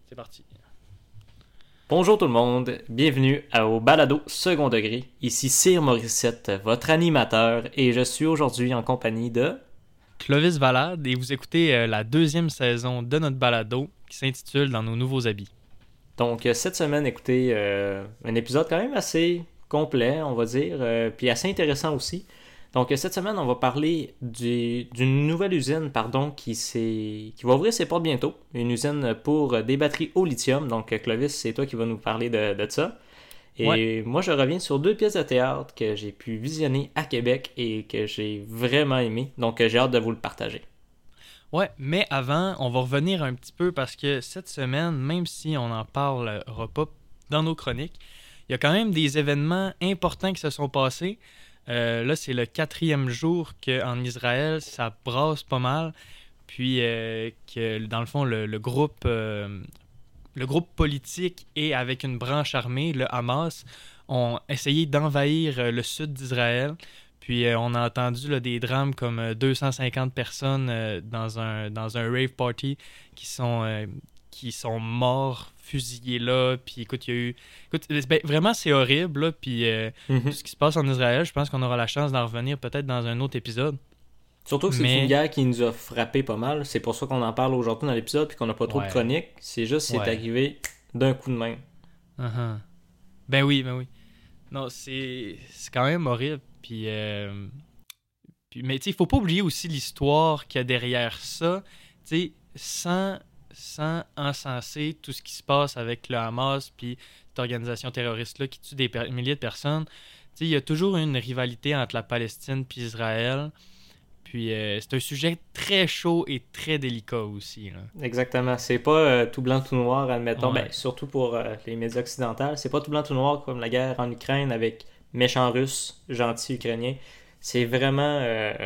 C'est parti. Bonjour tout le monde, bienvenue au Balado Second Degré. Ici Cyr Morissette, votre animateur, et je suis aujourd'hui en compagnie de... Clovis Valade, et vous écoutez la deuxième saison de notre balado qui s'intitule Dans nos nouveaux habits. Donc cette semaine, écoutez, un épisode quand même assez complet, on va dire, puis assez intéressant aussi. Donc cette semaine, on va parler d'une nouvelle usine qui va ouvrir ses portes bientôt. Une usine pour des batteries au lithium. Donc Clovis, c'est toi qui vas nous parler de ça. Ouais. Et moi, je reviens sur 2 pièces de théâtre que j'ai pu visionner à Québec et que j'ai vraiment aimé. Donc j'ai hâte de vous le partager. Ouais, mais avant, on va revenir un petit peu parce que cette semaine, même si on n'en parlera pas dans nos chroniques, il y a quand même des événements importants qui se sont passés. Là, c'est le 4e jour qu'en Israël, ça brasse pas mal. Puis que, dans le fond, le groupe politique et avec une branche armée, le Hamas, ont essayé d'envahir le sud d'Israël. Puis on a entendu là, des drames comme 250 personnes dans un rave party qui sont morts, fusillés là. Puis écoute, il y a eu... Écoute, vraiment, c'est horrible. Là, puis tout ce qui se passe en Israël, je pense qu'on aura la chance d'en revenir peut-être dans un autre épisode. Surtout que c'est une guerre qui nous a frappé pas mal. C'est pour ça qu'on en parle aujourd'hui dans l'épisode puis qu'on n'a pas trop de chroniques. C'est juste c'est arrivé d'un coup de main. Uh-huh. Ben oui. Non, c'est quand même horrible. Puis mais tu sais, il faut pas oublier aussi l'histoire qu'il y a derrière ça. Tu sais, sans encenser tout ce qui se passe avec le Hamas puis cette organisation terroriste-là qui tue des milliers de personnes. Tu sais, il y a toujours une rivalité entre la Palestine puis Israël. Puis c'est un sujet très chaud et très délicat aussi. Là. Exactement. C'est pas tout blanc, tout noir, admettons. Ouais. Ben, surtout pour les médias occidentaux. C'est pas tout blanc, tout noir comme la guerre en Ukraine avec méchants Russes, gentils Ukrainiens. C'est vraiment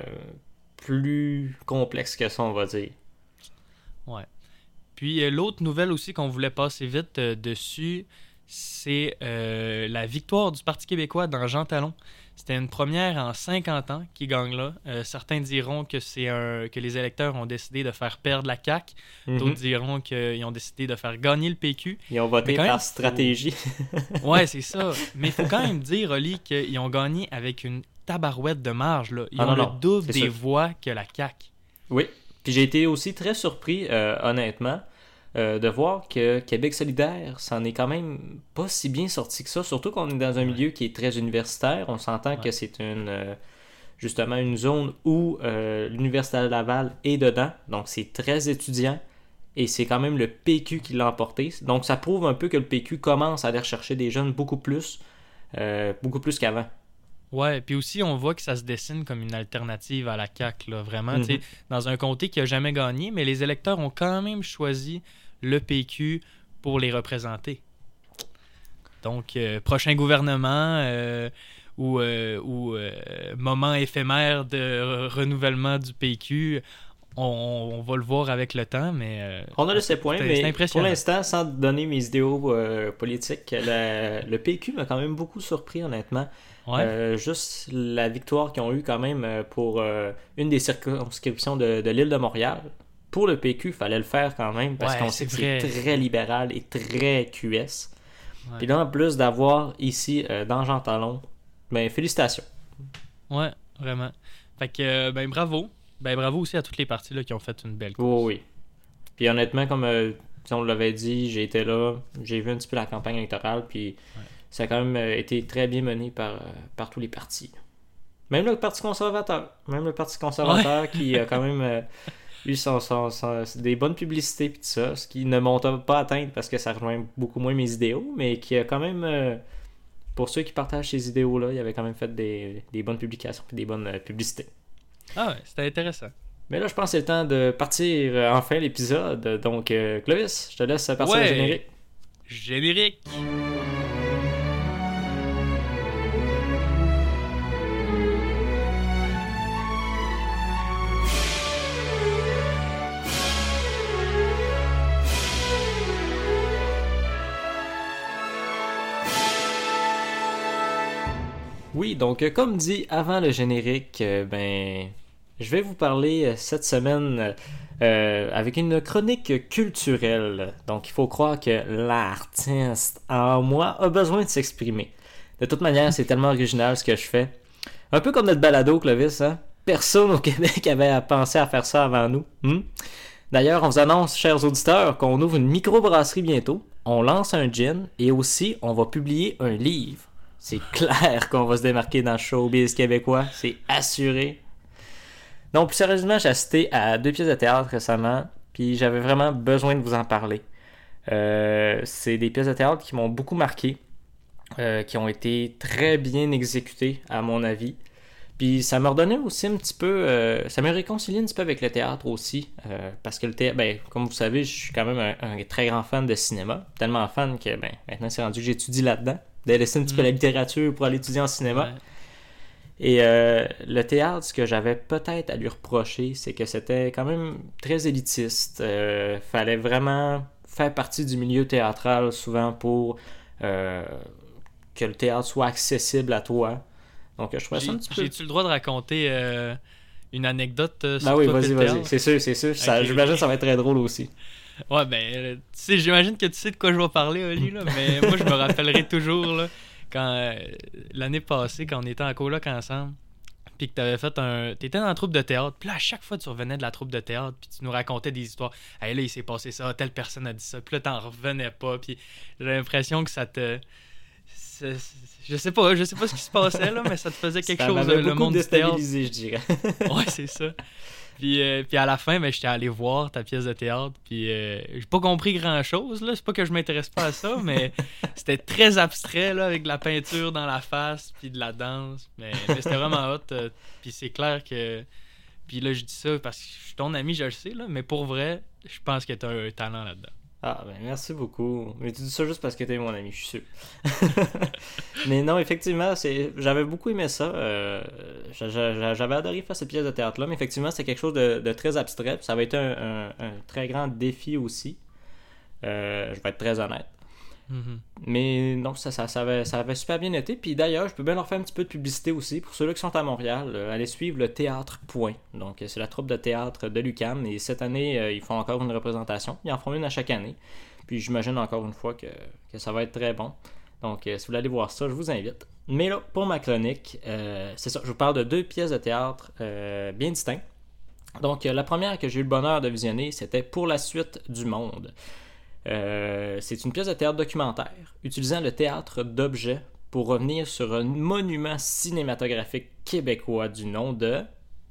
plus complexe que ça, on va dire. Ouais. Puis l'autre nouvelle aussi qu'on voulait passer vite dessus, c'est la victoire du Parti québécois dans Jean Talon. C'était une première en 50 ans qui gagne là. Certains diront que que les électeurs ont décidé de faire perdre la CAQ. D'autres diront qu'ils ont décidé de faire gagner le PQ. Ils ont voté par stratégie. Ouais, c'est ça. Mais il faut quand même dire, Oli, qu'ils ont gagné avec une tabarouette de marge. Là. Ils ont le double des voix que la CAQ. Oui. Puis j'ai été aussi très surpris, honnêtement, de voir que Québec solidaire, c'en est quand même pas si bien sorti que ça, surtout qu'on est dans un milieu qui est très universitaire. On s'entend que c'est justement une zone où l'Université Laval est dedans, donc c'est très étudiant, et c'est quand même le PQ qui l'a emporté. Donc ça prouve un peu que le PQ commence à aller rechercher des jeunes beaucoup plus qu'avant. Ouais, puis aussi, on voit que ça se dessine comme une alternative à la CAQ, là, vraiment, tu sais, dans un comté qui n'a jamais gagné, mais les électeurs ont quand même choisi le PQ pour les représenter. Donc, prochain gouvernement ou moment éphémère de renouvellement du PQ, on va le voir avec le temps, mais... on a laissé point, mais pour l'instant, sans donner mes idéaux politiques, le PQ m'a quand même beaucoup surpris, honnêtement. Ouais. Juste la victoire qu'ils ont eue quand même pour une des circonscriptions de l'île de Montréal. Pour le PQ, il fallait le faire quand même parce qu'on sait que c'est très libéral et très QS. Ouais. Puis là, en plus d'avoir ici dans Jean Talon, ben félicitations. Ouais, vraiment. Fait que, ben bravo. Ben bravo aussi à toutes les parties là, qui ont fait une belle course. Oh, oui. Puis honnêtement, comme on l'avait dit, j'ai été là, j'ai vu un petit peu la campagne électorale, puis ça a quand même été très bien mené par tous les partis. Même le Parti conservateur. Qui a quand même eu des bonnes publicités et tout ça, ce qui ne m'ont pas atteindre parce que ça rejoint beaucoup moins mes idéaux, mais qui a quand même, pour ceux qui partagent ces idéaux-là, il avait quand même fait des bonnes publications et des bonnes publicités. Ah ouais, c'était intéressant. Mais là, je pense que c'est le temps de partir enfin l'épisode. Donc, Clovis, je te laisse partir le générique. Générique! Oui, donc comme dit avant le générique, je vais vous parler cette semaine avec une chronique culturelle. Donc, il faut croire que l'artiste en moi a besoin de s'exprimer. De toute manière, c'est tellement original ce que je fais. Un peu comme notre balado, Clovis, hein? Personne au Québec avait pensé à faire ça avant nous. D'ailleurs, on vous annonce, chers auditeurs, qu'on ouvre une microbrasserie bientôt. On lance un gin et aussi, on va publier un livre. C'est clair qu'on va se démarquer dans le showbiz québécois. C'est assuré. Donc, plus sérieusement, j'ai assisté à 2 pièces de théâtre récemment, puis j'avais vraiment besoin de vous en parler. C'est des pièces de théâtre qui m'ont beaucoup marqué, qui ont été très bien exécutées, à mon avis. Puis ça m'a redonné aussi un petit peu... ça m'a réconcilié un petit peu avec le théâtre aussi, parce que le théâtre, comme vous savez, je suis quand même un très grand fan de cinéma, tellement fan que maintenant c'est rendu que j'étudie là-dedans, de laisser un petit peu la littérature pour aller étudier en cinéma. Ouais. Et le théâtre, ce que j'avais peut-être à lui reprocher, c'est que c'était quand même très élitiste. Fallait vraiment faire partie du milieu théâtral souvent pour que le théâtre soit accessible à toi. Donc je trouvais ça un petit peu... J'ai-tu le droit de raconter une anecdote sur oui, toi vas-y. C'est sûr. Okay. J'imagine que ça va être très drôle aussi. Ouais, tu sais, j'imagine que tu sais de quoi je vais parler, Oli, là, mais moi je me rappellerai toujours, là, quand l'année passée, quand on était en coloc ensemble, puis que t'étais dans la troupe de théâtre, puis là, à chaque fois tu revenais de la troupe de théâtre, puis tu nous racontais des histoires. Hey, là, il s'est passé ça, telle personne a dit ça, puis là, t'en revenais pas, puis j'ai l'impression que ça te... Je sais pas ce qui se passait, là, mais ça te faisait quelque chose, le monde du théâtre. Je dirais. Ouais, c'est ça. Puis à la fin, j'étais allé voir ta pièce de théâtre, puis j'ai pas compris grand-chose, là. C'est pas que je m'intéresse pas à ça, mais c'était très abstrait, là, avec de la peinture dans la face, puis de la danse. Mais c'était vraiment hot, puis c'est clair que... Puis là, je dis ça parce que je suis ton ami, je le sais, là, mais pour vrai, je pense que t'as un talent là-dedans. Ah, merci beaucoup. Mais tu dis ça juste parce que t'es mon ami, je suis sûr. Mais non, effectivement, j'avais beaucoup aimé ça. J'avais adoré faire cette pièce de théâtre-là, mais effectivement, c'est quelque chose de très abstrait. Ça avait été un très grand défi aussi. Je vais être très honnête. Mm-hmm. Mais non, ça avait super bien été. Puis d'ailleurs, je peux bien leur faire un petit peu de publicité aussi. Pour ceux-là qui sont à Montréal, allez suivre le Théâtre Point. Donc, c'est la troupe de théâtre de l'UQAM. Et cette année, ils font encore une représentation. Ils en font une à chaque année. Puis j'imagine encore une fois que ça va être très bon. Donc, si vous voulez aller voir ça, je vous invite. Mais là, pour ma chronique, c'est ça. Je vous parle de 2 pièces de théâtre bien distinctes. Donc, la première que j'ai eu le bonheur de visionner, c'était Pour la suite du monde. C'est une pièce de théâtre documentaire utilisant le théâtre d'objets pour revenir sur un monument cinématographique québécois du nom de...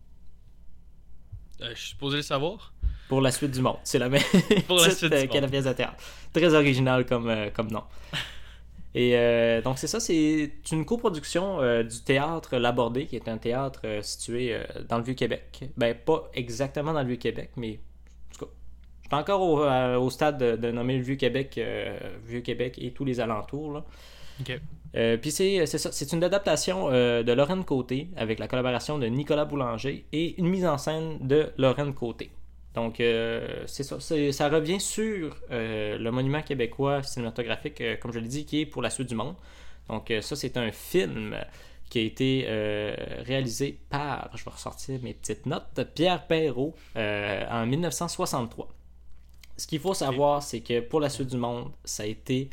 je suis supposé le savoir. Pour la suite du monde. C'est la même pour la suite qu'est la pièce de théâtre. Très original comme nom. Et donc c'est ça, c'est une coproduction du théâtre L'Abordé, qui est un théâtre situé dans le Vieux-Québec. Pas exactement dans le Vieux-Québec, mais je suis encore au stade de nommer le Vieux-Québec et tous les alentours. Là. OK. Puis c'est ça, c'est une adaptation de Lorraine Côté avec la collaboration de Nicolas Boulanger et une mise en scène de Lorraine Côté. Donc c'est ça, ça revient sur le monument québécois cinématographique, comme je l'ai dit, qui est Pour la suite du monde. Donc ça, c'est un film qui a été réalisé par, je vais ressortir mes petites notes, Pierre Perrault en 1963. Ce qu'il faut savoir, c'est que Pour la suite du monde, ça a été...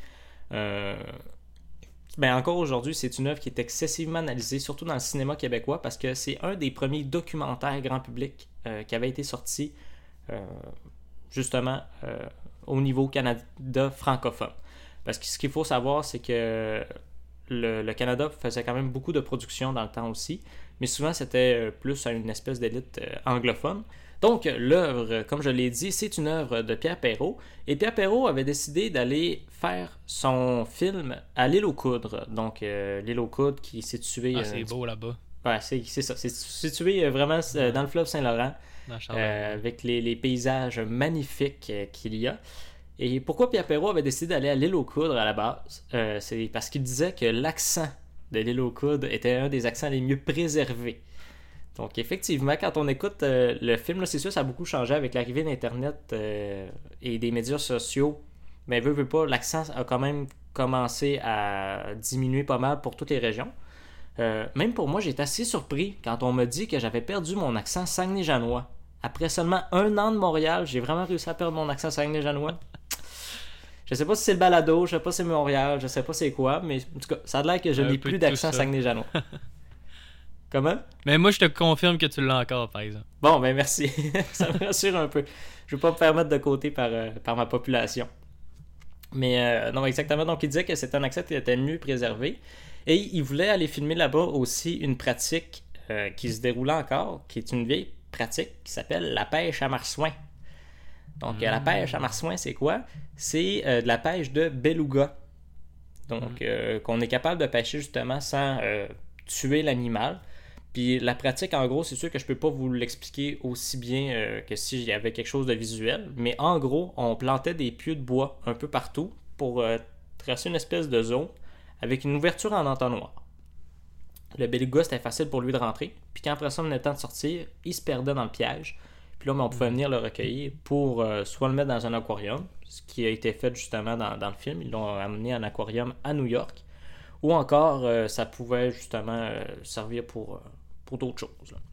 encore aujourd'hui, c'est une œuvre qui est excessivement analysée, surtout dans le cinéma québécois, parce que c'est un des premiers documentaires grand public qui avait été sorti justement au niveau Canada francophone. Parce que ce qu'il faut savoir, c'est que le Canada faisait quand même beaucoup de production dans le temps aussi, mais souvent c'était plus à une espèce d'élite anglophone. Donc, l'œuvre, comme je l'ai dit, c'est une œuvre de Pierre Perrault. Et Pierre Perrault avait décidé d'aller faire son film à l'île aux Coudres. Donc, l'île aux Coudres qui est située... c'est beau là-bas. Ouais, c'est ça. C'est situé vraiment dans le fleuve Saint-Laurent, avec les paysages magnifiques qu'il y a. Et pourquoi Pierre Perrault avait décidé d'aller à l'île aux Coudres à la base? C'est parce qu'il disait que l'accent de l'île aux Coudres était un des accents les mieux préservés. Donc, effectivement, quand on écoute le film, là, c'est sûr, ça a beaucoup changé avec l'arrivée d'Internet et des médias sociaux. Mais veut pas, l'accent a quand même commencé à diminuer pas mal pour toutes les régions. Même pour moi, j'ai été assez surpris quand on m'a dit que j'avais perdu mon accent saguenay-janois après seulement 1 an de Montréal, j'ai vraiment réussi à perdre mon accent saguenay-janois. Je sais pas si c'est le balado, je sais pas si c'est Montréal, je sais pas c'est quoi, mais en tout cas, ça a l'air que je n'ai plus d'accent saguenay-janois. Comment? Mais moi, je te confirme que tu l'as encore, par exemple. Bon, ben merci. Ça me rassure un peu. Je veux pas me faire mettre de côté par ma population. Mais non, exactement. Donc, il disait que c'est un accent qui était mieux préservé. Et il voulait aller filmer là-bas aussi une pratique qui se déroulait encore, qui est une vieille pratique qui s'appelle la pêche à marsouin. Donc, la pêche à marsouin, c'est quoi? C'est de la pêche de beluga. Donc, qu'on est capable de pêcher justement sans tuer l'animal. Puis la pratique, en gros, c'est sûr que je peux pas vous l'expliquer aussi bien que s'il y avait quelque chose de visuel. Mais en gros, on plantait des pieux de bois un peu partout pour tracer une espèce de zone avec une ouverture en entonnoir. Le beluga, c'était facile pour lui de rentrer. Puis quand après ça, on avait le temps de sortir, il se perdait dans le piège. Puis là, on pouvait venir le recueillir pour soit le mettre dans un aquarium, ce qui a été fait justement dans le film. Ils l'ont amené à un aquarium à New York. Ou encore, ça pouvait justement servir pour d'autres choses. Là.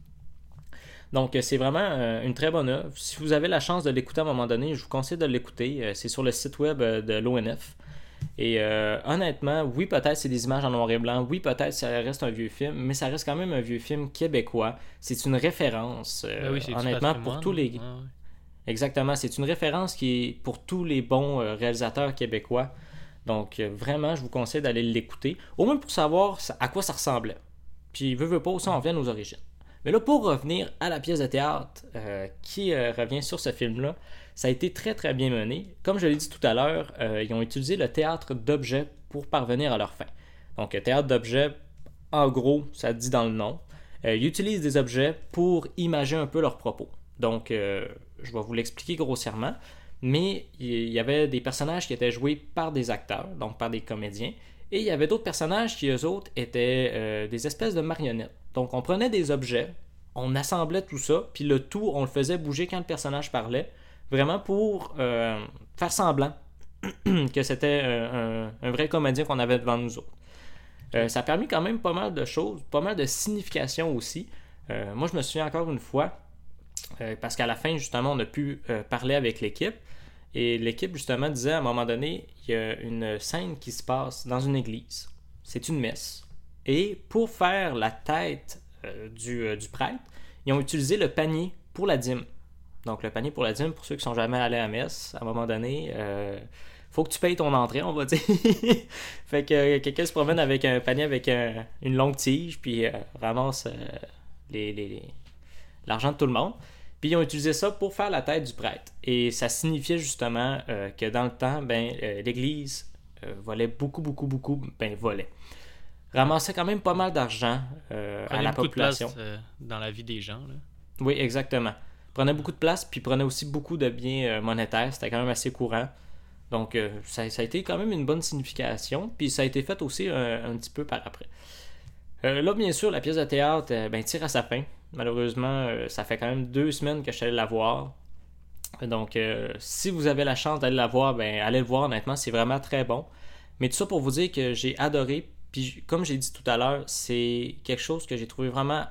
Donc, c'est vraiment une très bonne œuvre. Si vous avez la chance de l'écouter à un moment donné, je vous conseille de l'écouter. C'est sur le site web de l'ONF. Et honnêtement, oui, peut-être c'est des images en noir et blanc. Oui, peut-être ça reste un vieux film, mais ça reste quand même un vieux film québécois. C'est une référence, honnêtement, pour tous les... Ah, oui. Exactement, c'est une référence qui est pour tous les bons réalisateurs québécois. Donc, vraiment, je vous conseille d'aller l'écouter, au moins pour savoir à quoi ça ressemblait. Puis, veut pas aussi, on revient aux origines. Mais là, pour revenir à la pièce de théâtre qui revient sur ce film-là, ça a été très, très bien mené. Comme je l'ai dit tout à l'heure, ils ont utilisé le théâtre d'objets pour parvenir à leur fin. Donc, théâtre d'objets, en gros, ça dit dans le nom. Ils utilisent des objets pour imager un peu leurs propos. Donc, je vais vous l'expliquer grossièrement. Mais il y avait des personnages qui étaient joués par des acteurs, donc par des comédiens. Et il y avait d'autres personnages qui, eux autres, étaient des espèces de marionnettes. Donc, on prenait des objets, on assemblait tout ça, puis le tout, on le faisait bouger quand le personnage parlait, vraiment pour faire semblant que c'était un vrai comédien qu'on avait devant nous autres. Ça a permis quand même pas mal de choses, pas mal de significations aussi. Moi, je me souviens encore une fois, parce qu'à la fin, justement, on a pu parler avec l'équipe. Et l'équipe, justement, disait à un moment donné, il y a une scène qui se passe dans une église. C'est une messe. Et pour faire la tête du prêtre, ils ont utilisé le panier pour la dîme. Donc, le panier pour la dîme, pour ceux qui sont jamais allés à la messe, à un moment donné, faut que tu payes ton entrée, on va dire. Fait que quelqu'un se promène avec un panier avec une longue tige, puis ramasse l'argent de tout le monde. Puis ils ont utilisé ça pour faire la tête du prêtre. Et ça signifiait justement que dans le temps, l'Église volait beaucoup, volait. Ramassait quand même pas mal d'argent à la population. Prenait beaucoup de place dans la vie des gens. Là. Oui, exactement. Prenait beaucoup de place, puis prenait aussi beaucoup de biens monétaires. C'était quand même assez courant. Donc ça a été quand même une bonne signification. Puis ça a été fait aussi un petit peu par après. Là, bien sûr, la pièce de théâtre tire à sa fin. Malheureusement, ça fait quand même 2 semaines que je suis allé la voir. Donc, si vous avez la chance d'aller la voir, allez le voir, honnêtement, c'est vraiment très bon. Mais tout ça pour vous dire que j'ai adoré. Puis, comme j'ai dit tout à l'heure, c'est quelque chose que j'ai trouvé vraiment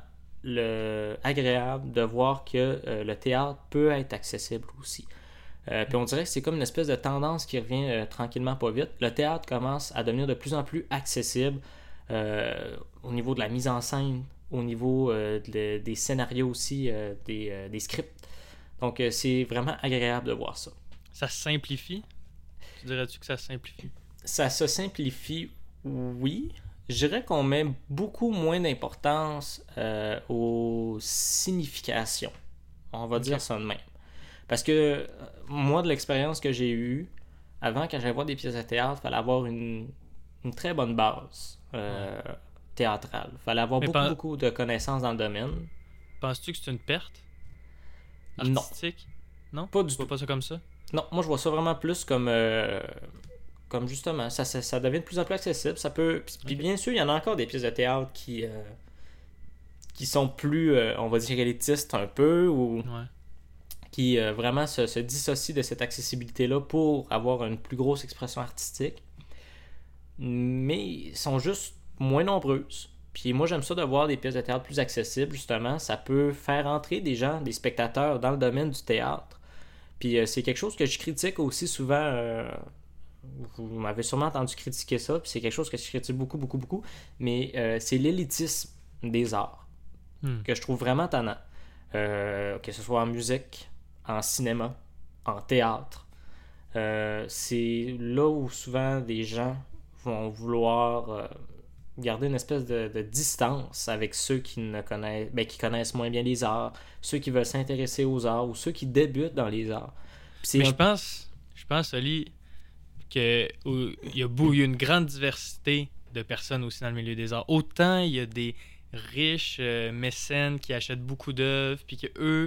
agréable de voir que le théâtre peut être accessible aussi. Puis on dirait que c'est comme une espèce de tendance qui revient tranquillement pas vite. Le théâtre commence à devenir de plus en plus accessible au niveau de la mise en scène, au niveau des scénarios aussi, des scripts. Donc, c'est vraiment agréable de voir ça. Ça se simplifie? Tu dirais-tu que ça se simplifie? Ça se simplifie, oui. Je dirais qu'on met beaucoup moins d'importance aux significations. On va dire ça de même. Parce que moi, de l'expérience que j'ai eue, avant, quand j'allais voir des pièces de théâtre, il fallait avoir une très bonne base théâtrale. Il fallait avoir beaucoup de connaissances dans le domaine. Penses-tu que c'est une perte artistique? Non? Pas du tout. Tu vois pas ça comme ça? Non, moi je vois ça vraiment plus comme justement, ça devient de plus en plus accessible. Ça peut. Puis bien sûr, il y en a encore des pièces de théâtre qui sont plus, on va dire, élitistes un peu, ou qui vraiment se dissocient de cette accessibilité-là pour avoir une plus grosse expression artistique. Mais sont juste moins nombreuses. Puis moi, j'aime ça de voir des pièces de théâtre plus accessibles, justement. Ça peut faire entrer des gens, des spectateurs dans le domaine du théâtre. Puis c'est quelque chose que je critique aussi souvent. Vous m'avez sûrement entendu critiquer ça, puis c'est quelque chose que je critique beaucoup, beaucoup, beaucoup. Mais c'est l'élitisme des arts que je trouve vraiment tannant. Que ce soit en musique, en cinéma, en théâtre. C'est là où souvent des gens vont vouloir garder une espèce de distance avec ceux qui connaissent moins bien les arts, ceux qui veulent s'intéresser aux arts ou ceux qui débutent dans les arts. Mais je pense, Oli, qu'il y a une grande diversité de personnes aussi dans le milieu des arts. Autant il y a des riches mécènes qui achètent beaucoup d'œuvres, puis qu'eux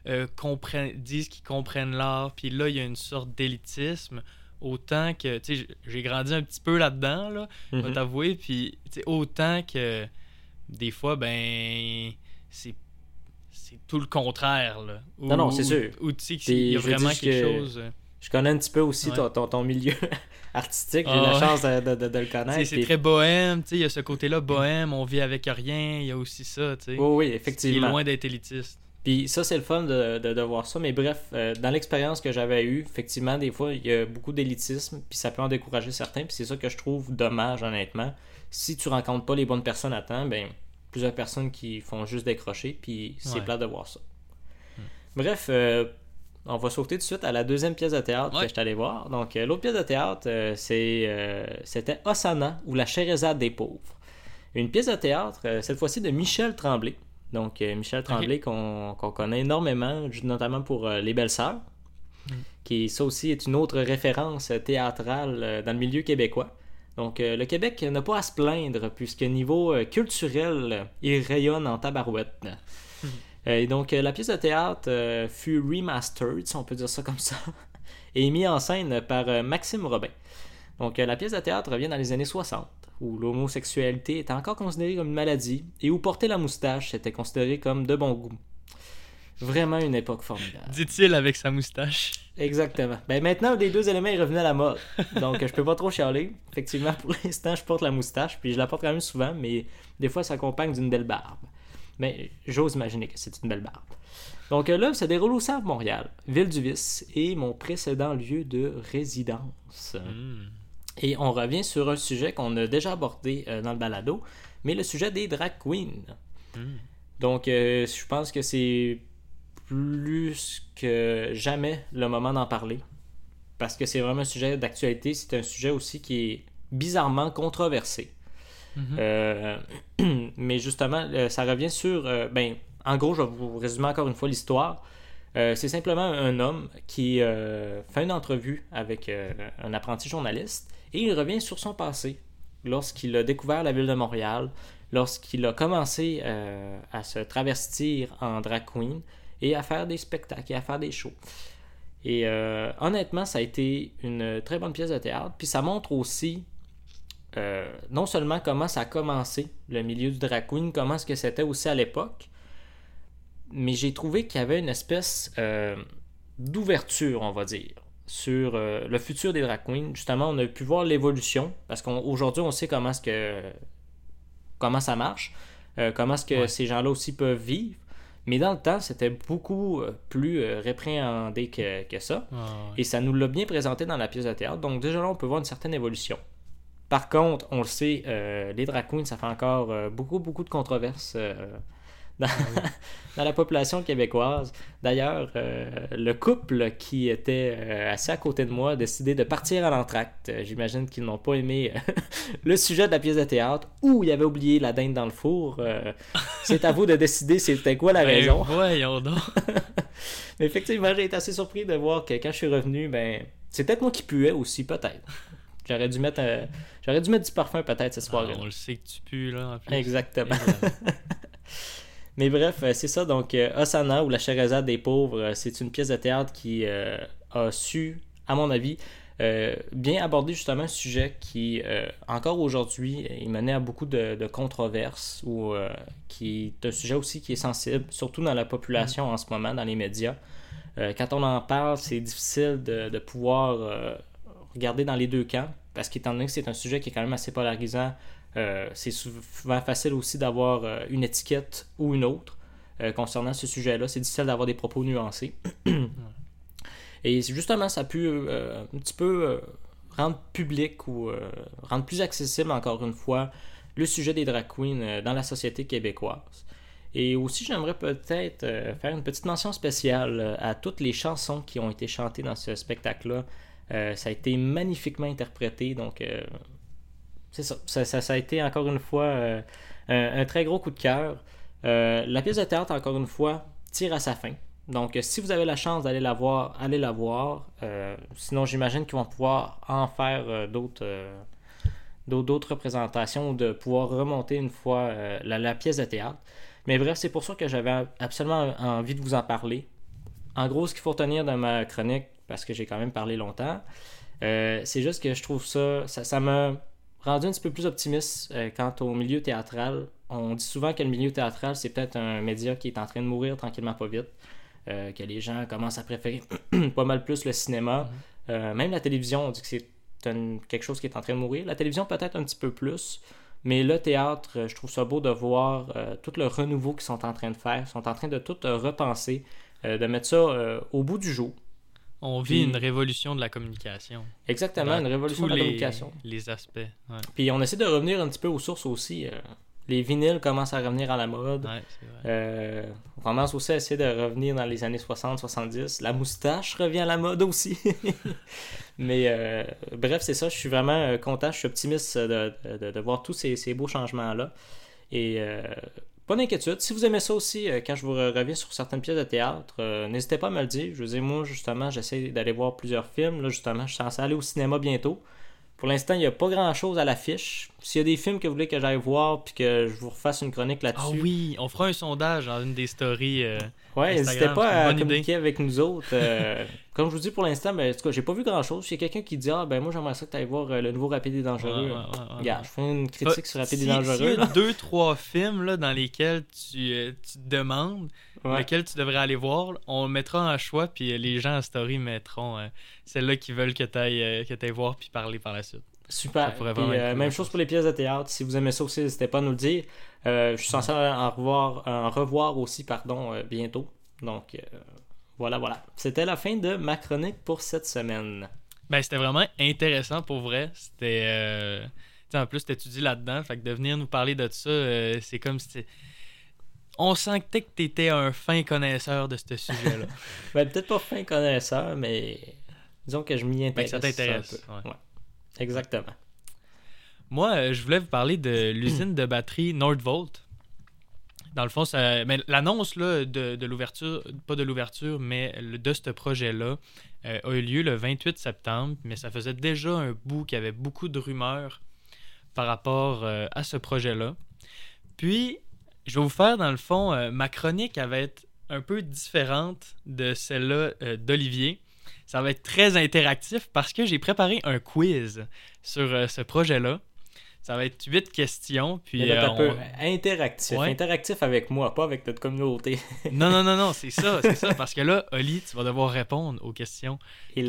disent qu'ils comprennent l'art, puis là, il y a une sorte d'élitisme. Autant que, tu sais, j'ai grandi un petit peu là-dedans, là, je vais t'avouer, puis, tu sais, autant que des fois, ben, c'est tout le contraire, là. Non, c'est sûr. Ou tu sais qu'il y a vraiment quelque chose... Je connais un petit peu aussi ton milieu artistique, j'ai la chance de le connaître. C'est très bohème, tu sais, il y a ce côté-là bohème, on vit avec rien, il y a aussi ça, tu sais. Oui, effectivement. Il est loin d'être élitiste. Puis ça, c'est le fun de voir ça. Mais bref, dans l'expérience que j'avais eue, effectivement, des fois, il y a beaucoup d'élitisme, puis ça peut en décourager certains. Puis c'est ça que je trouve dommage, honnêtement. Si tu rencontres pas les bonnes personnes à temps, ben plusieurs personnes qui font juste décrocher, puis c'est plate de voir ça. Bref, on va sauter tout de suite à la deuxième pièce de théâtre que je suis allé voir. Donc, l'autre pièce de théâtre, c'était Hosanna ou la Scheherazade des pauvres. Une pièce de théâtre, cette fois-ci de Michel Tremblay. Donc, Michel Tremblay, qu'on connaît énormément, notamment pour Les Belles-Sœurs, qui, ça aussi, est une autre référence théâtrale dans le milieu québécois. Donc, le Québec n'a pas à se plaindre, puisque niveau culturel, il rayonne en tabarouette. Et donc, la pièce de théâtre fut remastered, si on peut dire ça comme ça, et mise en scène par Maxime Robin. Donc, la pièce de théâtre revient dans les années 60, où l'homosexualité était encore considérée comme une maladie et où porter la moustache était considéré comme de bon goût. Vraiment une époque formidable. Dit-il avec sa moustache. Exactement. Ben maintenant, les deux éléments est revenu à la mode. Donc, je peux pas trop chialer. Effectivement, pour l'instant, je porte la moustache, puis je la porte quand même souvent, mais des fois, ça s'accompagne d'une belle barbe. Mais j'ose imaginer que c'est une belle barbe. Donc là, ça déroule au centre Montréal, ville du Vice, et mon précédent lieu de résidence. Et on revient sur un sujet qu'on a déjà abordé dans le balado, mais le sujet des drag queens. Donc, je pense que c'est plus que jamais le moment d'en parler, parce que c'est vraiment un sujet d'actualité. C'est un sujet aussi qui est bizarrement controversé. Mais justement, ça revient sur... en gros, je vais vous résumer encore une fois l'histoire. C'est simplement un homme qui fait une entrevue avec un apprenti journaliste et il revient sur son passé lorsqu'il a découvert la ville de Montréal, lorsqu'il a commencé à se travestir en drag queen et à faire des spectacles et à faire des shows. Et honnêtement, ça a été une très bonne pièce de théâtre. Puis ça montre aussi non seulement comment ça a commencé, le milieu du drag queen, comment est-ce que c'était aussi à l'époque, mais j'ai trouvé qu'il y avait une espèce d'ouverture, on va dire, sur le futur des drag queens. Justement, on a pu voir l'évolution, parce qu'aujourd'hui, on sait comment ça marche, comment est-ce que ces gens-là aussi peuvent vivre. Mais dans le temps, c'était beaucoup plus répréhendé que ça. Et ça nous l'a bien présenté dans la pièce de théâtre. Donc déjà là, on peut voir une certaine évolution. Par contre, on le sait, les drag queens, ça fait encore beaucoup, beaucoup de controverses dans la population québécoise. D'ailleurs, le couple qui était assis à côté de moi a décidé de partir à l'entracte. J'imagine qu'ils n'ont pas aimé le sujet de la pièce de théâtre ou ils avaient oublié la dinde dans le four. C'est à vous de décider c'était quoi la raison. Voyons donc. Mais effectivement, j'ai été assez surpris de voir que quand je suis revenu, c'est peut-être moi qui puais aussi, peut-être. J'aurais dû mettre du parfum peut-être cette soirée. On le sait que tu pues là en plus. Exactement. Mais bref, c'est ça. Donc, Hosanna ou la Scheherazade des pauvres, c'est une pièce de théâtre qui a su, à mon avis, bien aborder justement un sujet qui, encore aujourd'hui, est mené à beaucoup de controverses ou qui est un sujet aussi qui est sensible, surtout dans la population en ce moment, dans les médias. Quand on en parle, c'est difficile de pouvoir regarder dans les deux camps, parce qu'étant donné que c'est un sujet qui est quand même assez polarisant C'est souvent facile aussi d'avoir une étiquette ou une autre concernant ce sujet-là. C'est difficile d'avoir des propos nuancés. Et justement, ça a pu un petit peu rendre public ou rendre plus accessible, encore une fois, le sujet des drag queens dans la société québécoise. Et aussi, j'aimerais peut-être faire une petite mention spéciale à toutes les chansons qui ont été chantées dans ce spectacle-là. Ça a été magnifiquement interprété, donc c'est ça. Ça a été encore une fois un très gros coup de cœur. La pièce de théâtre, encore une fois, tire à sa fin. Donc, si vous avez la chance d'aller la voir, allez la voir. Sinon, j'imagine qu'ils vont pouvoir en faire d'autres représentations ou de pouvoir remonter une fois la pièce de théâtre. Mais bref, c'est pour ça que j'avais absolument envie de vous en parler. En gros, ce qu'il faut retenir dans ma chronique, parce que j'ai quand même parlé longtemps, c'est juste que je trouve ça m'a rendu un petit peu plus optimiste quant au milieu théâtral. On dit souvent que le milieu théâtral, c'est peut-être un média qui est en train de mourir tranquillement pas vite, que les gens commencent à préférer pas mal plus le cinéma. Même la télévision, on dit que c'est quelque chose qui est en train de mourir. La télévision peut-être un petit peu plus, mais le théâtre, je trouve ça beau de voir tout le renouveau qu'ils sont en train de faire. Ils sont en train de tout repenser, de mettre ça au bout du jour. On vit une révolution de la communication. Exactement, une révolution de la communication. Les aspects. Ouais. Puis on essaie de revenir un petit peu aux sources aussi. Les vinyles commencent à revenir à la mode. Ouais, c'est vrai. On commence aussi à essayer de revenir dans les années 60-70. La moustache revient à la mode aussi. Mais bref, c'est ça. Je suis vraiment content. Je suis optimiste de voir tous ces beaux changements-là. Et pas d'inquiétude. Si vous aimez ça aussi, quand je vous reviens sur certaines pièces de théâtre, n'hésitez pas à me le dire. Je veux dire, moi, justement, j'essaie d'aller voir plusieurs films. Là, justement, je suis censé aller au cinéma bientôt. Pour l'instant, il n'y a pas grand-chose à l'affiche. S'il y a des films que vous voulez que j'aille voir puis que je vous refasse une chronique là-dessus... Ah oui, on fera un sondage dans une des stories ouais, n'hésitez pas à communiquer idée. avec nous autres. Comme je vous dis pour l'instant, ben, en tout cas, j'ai pas vu grand-chose. S'il y a quelqu'un qui dit « Ah, ben moi, j'aimerais ça que tu ailles voir le nouveau Rapide et Dangereux. » Regarde, je fais une critique sur Rapide et Dangereux. S'il y a 2-3 films là, dans lesquels tu te demandes lequel tu devrais aller voir, on le mettra en choix, puis les gens en story mettront celles-là qui veulent que tu ailles voir puis parler par la suite. Super. Puis, même chose pour les pièces de théâtre. Si vous aimez ça aussi, n'hésitez pas à nous le dire. Je suis censé en revoir aussi bientôt. Donc, voilà. C'était la fin de ma chronique pour cette semaine. Ben, c'était vraiment intéressant pour vrai. C'était... en plus, t'étudies là-dedans. Fait que de venir nous parler de ça, c'est comme si... On sentait que t'étais un fin connaisseur de ce sujet-là. Ben, peut-être pas fin connaisseur, mais disons que je m'y intéresse. Ben, ça t'intéresse. Un peu. Ouais. Exactement. Moi, je voulais vous parler de l'usine de batterie Nordvolt. Dans le fond, l'annonce là, de l'ouverture, pas de l'ouverture, mais de ce projet-là, a eu lieu le 28 septembre, mais ça faisait déjà un bout qu'il y avait beaucoup de rumeurs par rapport à ce projet-là. Puis, je vais vous faire, dans le fond, ma chronique, elle va être un peu différente de celle-là d'Olivier. Ça va être très interactif parce que j'ai préparé un quiz sur ce projet-là. Ça va être 8 questions. Puis, interactif. Ouais. Interactif avec moi, pas avec notre communauté. Non, c'est ça. Parce que là, Oli, tu vas devoir répondre aux questions que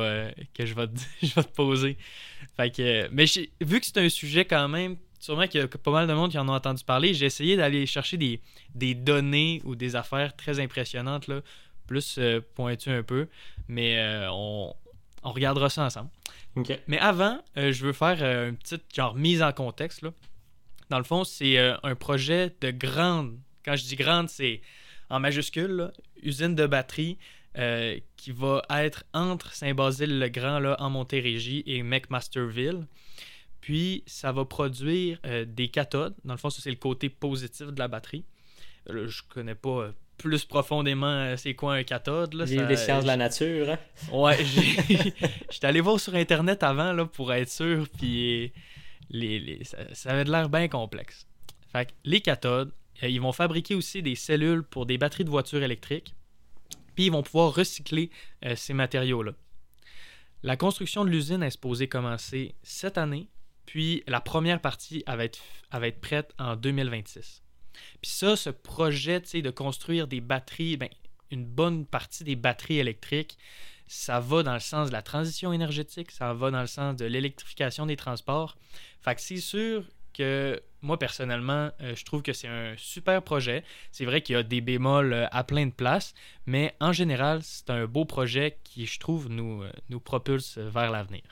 je vais te poser. Fait que, mais vu que c'est un sujet quand même, sûrement qu'il y a pas mal de monde qui en a entendu parler, j'ai essayé d'aller chercher des données ou des affaires très impressionnantes, là, plus pointues un peu. Mais on regardera ça ensemble. Okay. Mais avant, je veux faire une petite mise en contexte. Là. Dans le fond, c'est un projet de grande... Quand je dis grande, c'est en majuscule, là, usine de batterie qui va être entre Saint-Basile-le-Grand là, en Montérégie et McMasterville. Puis, ça va produire des cathodes. Dans le fond, ça, c'est le côté positif de la batterie. Là, je connais pas plus profondément c'est quoi un cathode. Là, des sciences de la nature. Hein? Ouais, j'étais allé voir sur Internet avant là, pour être sûr, puis ça avait de l'air bien complexe. Fait que les cathodes, ils vont fabriquer aussi des cellules pour des batteries de voitures électriques, puis ils vont pouvoir recycler ces matériaux-là. La construction de l'usine est supposée commencer cette année, puis la première partie va être prête en 2026. Puis ça, ce projet de construire des batteries, une bonne partie des batteries électriques, ça va dans le sens de la transition énergétique, ça va dans le sens de l'électrification des transports. Fait que c'est sûr que moi, personnellement, je trouve que c'est un super projet. C'est vrai qu'il y a des bémols à plein de places, mais en général, c'est un beau projet qui, je trouve, nous propulse vers l'avenir.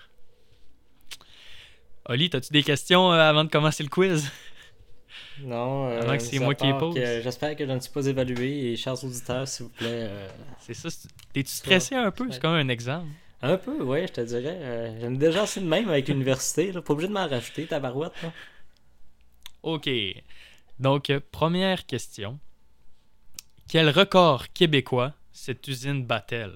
Oli, as-tu des questions avant de commencer le quiz? Non, Avant que c'est moi qui les pose. J'espère que je ne suis pas évalué et chers auditeurs, s'il vous plaît. C'est ça. T'es-tu stressé un peu? C'est comme un examen. Un peu, ouais, je te dirais. J'aime déjà assez de même avec l'université. Pas obligé de m'en rajouter, tabarouette. Là. OK. Donc, première question. Quel record québécois cette usine bat-elle?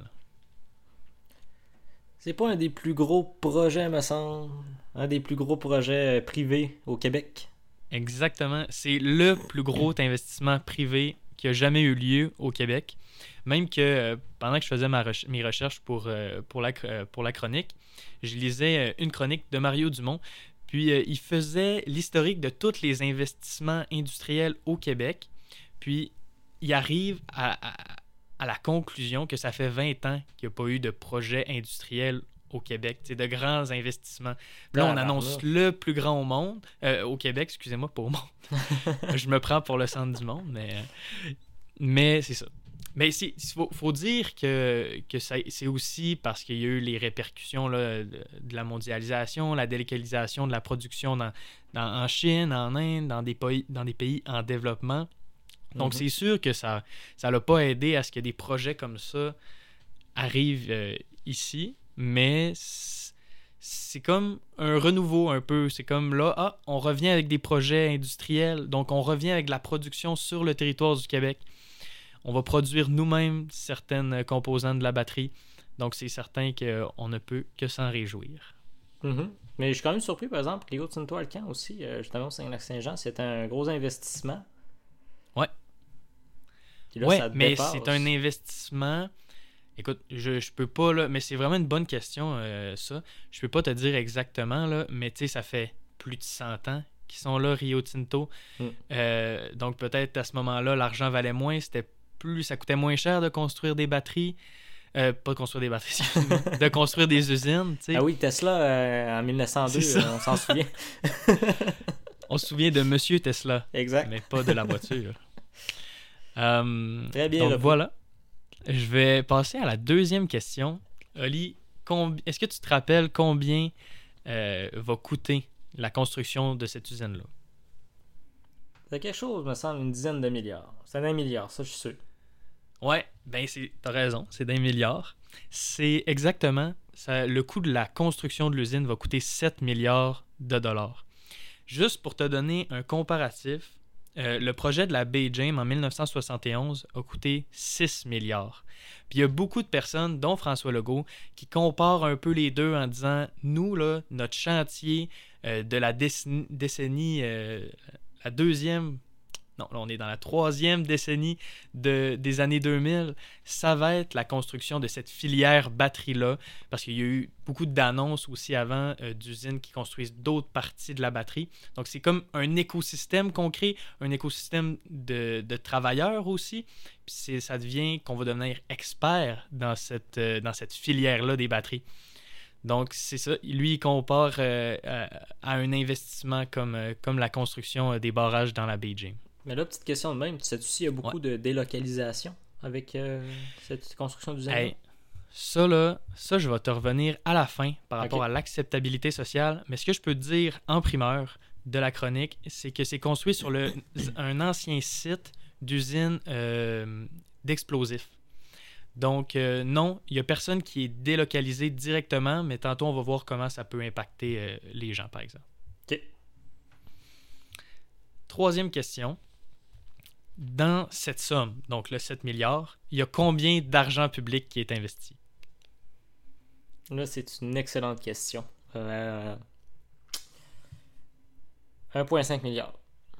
C'est pas un des plus gros projets, me semble. Un des plus gros projets privés au Québec. Exactement. C'est le plus gros investissement privé qui a jamais eu lieu au Québec. Même que pendant que je faisais mes recherches pour la chronique, je lisais une chronique de Mario Dumont. Puis il faisait l'historique de tous les investissements industriels au Québec. Puis il arrive à la conclusion que ça fait 20 ans qu'il n'y a pas eu de projet industriel au Québec, de grands investissements. Puis là, on annonce le plus grand au monde, au Québec, excusez-moi, pas au monde. Je me prends pour le centre du monde, mais c'est ça. Mais il faut dire que c'est aussi parce qu'il y a eu les répercussions là, de la mondialisation, la délocalisation de la production en Chine, en Inde, dans des pays en développement. Donc, c'est sûr que ça l'a pas aidé à ce que des projets comme ça arrivent ici, mais c'est comme un renouveau un peu. C'est comme là, on revient avec des projets industriels, donc on revient avec de la production sur le territoire du Québec. On va produire nous-mêmes certaines composantes de la batterie. Donc, c'est certain qu'on ne peut que s'en réjouir. Mm-hmm. Mais je suis quand même surpris, par exemple, que Rio Tinto Alcan aussi, justement au Saint-Lac-Saint-Jean, c'est un gros investissement. Ouais. Oui, mais c'est un investissement... Écoute, je peux pas, là, mais c'est vraiment une bonne question, ça. Je peux pas te dire exactement, là, mais tu sais, ça fait plus de 100 ans qu'ils sont là, Rio Tinto. Donc, peut-être à ce moment-là, l'argent valait moins, ça coûtait moins cher de construire des batteries. Pas de construire des batteries, de construire des usines, tu sais. Ah oui, Tesla, en 1902, on s'en souvient. On se souvient de Monsieur Tesla. Exact. Mais pas de la voiture. Très bien. Donc voilà. Je vais passer à la deuxième question. Oli, est-ce que tu te rappelles combien va coûter la construction de cette usine-là? C'est quelque chose, me semble, une dizaine de milliards. C'est 1 milliard, ça je suis sûr. Ouais, ben t'as raison, c'est d'1 milliard. C'est exactement, le coût de la construction de l'usine va coûter 7 milliards de dollars. Juste pour te donner un comparatif, le projet de la baie James en 1971 a coûté 6 milliards. Puis il y a beaucoup de personnes, dont François Legault, qui comparent un peu les deux en disant « Nous, là, notre chantier de la décennie la deuxième... Non, là, on est dans la troisième décennie des années 2000. Ça va être la construction de cette filière batterie-là, parce qu'il y a eu beaucoup d'annonces aussi avant d'usines qui construisent d'autres parties de la batterie. Donc, c'est comme un écosystème qu'on crée, un écosystème de travailleurs aussi. Puis ça devient qu'on va devenir expert dans cette filière-là des batteries. Donc, c'est ça. Lui, il compare à un investissement comme la construction des barrages dans la baie James. Mais là, petite question de même, tu sais s'il y a beaucoup de délocalisation avec cette construction d'usine? Hey, ça, je vais te revenir à la fin par rapport à l'acceptabilité sociale. Mais ce que je peux te dire en primeur de la chronique, c'est que c'est construit sur un ancien site d'usine d'explosifs. Donc, non, il n'y a personne qui est délocalisé directement, mais tantôt, on va voir comment ça peut impacter les gens, par exemple. OK. Troisième question. Dans cette somme, donc le 7 milliards, il y a combien d'argent public qui est investi? Là, c'est une excellente question. 1,5 milliard.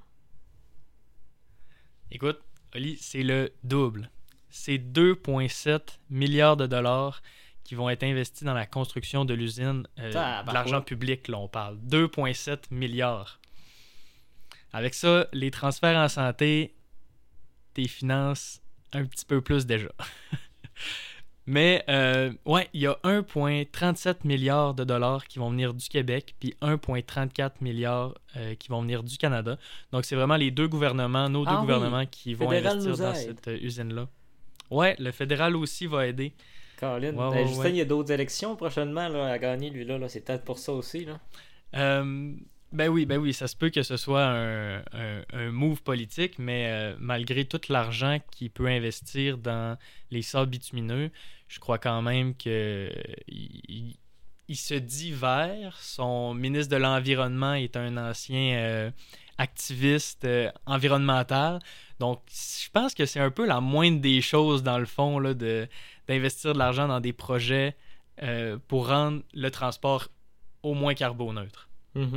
Écoute, Oli, c'est le double. C'est 2,7 milliards de dollars qui vont être investis dans la construction de l'usine de l'argent public, là, on parle. 2,7 milliards. Avec ça, les transferts en santé, tes finances un petit peu plus déjà. Mais, ouais, il y a 1,37 milliard de dollars qui vont venir du Québec, puis 1,34 milliard qui vont venir du Canada. Donc, c'est vraiment les deux gouvernements, nos deux gouvernements qui vont Fédéral investir nous dans aide. cette usine-là. Ouais, le fédéral aussi va aider. Colin. Ouais, Justin, ouais. il y a d'autres élections prochainement là, à gagner, lui-là. Là. C'est peut-être pour ça aussi. Là. Ben oui, ça se peut que ce soit un move politique, mais malgré tout l'argent qu'il peut investir dans les sables bitumineux, je crois quand même que il se dit vert. Son ministre de l'Environnement est un ancien activiste environnemental. Donc, je pense que c'est un peu la moindre des choses, dans le fond, là, d'investir de l'argent dans des projets pour rendre le transport au moins carboneutre. Mm-hmm.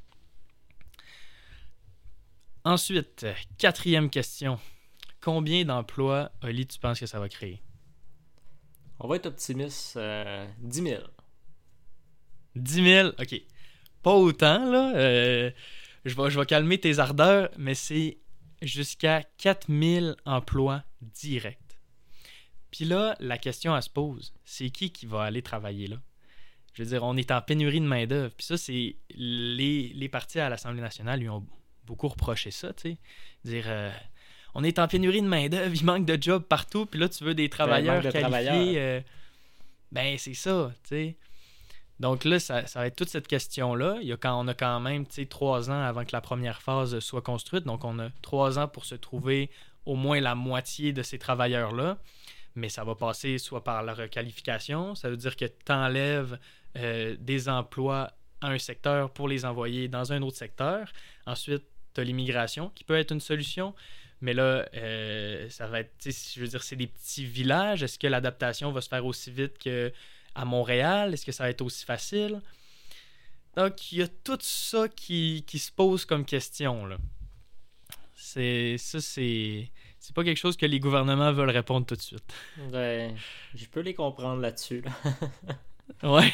Ensuite, quatrième question. Combien d'emplois, Oli, tu penses que ça va créer? On va être optimiste. 10 000. 10 000, ok. Pas autant, là. Je vais calmer tes ardeurs, mais c'est jusqu'à 4 000 emplois directs. Puis là, la question à se pose, c'est qui va aller travailler là? Je veux dire, on est en pénurie de main-d'œuvre. Puis ça, c'est les partis à l'Assemblée nationale lui ont beaucoup reproché ça, tu sais. Dire, on est en pénurie de main-d'œuvre, il manque de jobs partout, puis là, tu veux des travailleurs qualifiés. Ben, c'est ça, tu sais. Donc là, ça va être toute cette question-là. On a quand même 3 ans avant que la première phase soit construite. Donc, on a 3 ans pour se trouver au moins la moitié de ces travailleurs-là. Mais ça va passer soit par la requalification. Ça veut dire que tu enlèves des emplois à un secteur pour les envoyer dans un autre secteur. Ensuite, tu as l'immigration qui peut être une solution. Mais là, ça va être, je veux dire, c'est des petits villages. Est-ce que l'adaptation va se faire aussi vite qu'à Montréal? Est-ce que ça va être aussi facile? Donc, il y a tout ça qui se pose comme question, là. C'est pas quelque chose que les gouvernements veulent répondre tout de suite. Ben, je peux les comprendre là-dessus. Là. Ouais.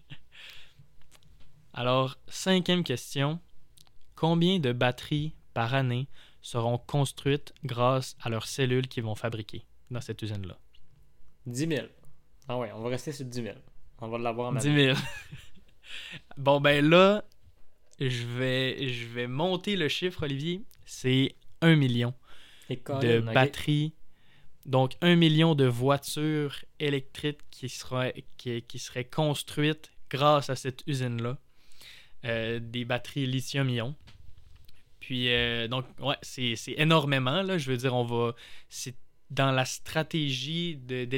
Alors, 5e question. Combien de batteries par année seront construites grâce à leurs cellules qu'ils vont fabriquer dans cette usine-là? 10 000. Ah ouais, on va rester sur 10 000. On va l'avoir en 10 000. Bon, ben là, je vais monter le chiffre, Olivier. C'est 1 million de batteries. Donc, 1 million de voitures électriques qui seraient construites grâce à cette usine-là. Des batteries lithium-ion. Puis, donc, ouais, c'est énormément, là. Je veux dire, c'est dans la stratégie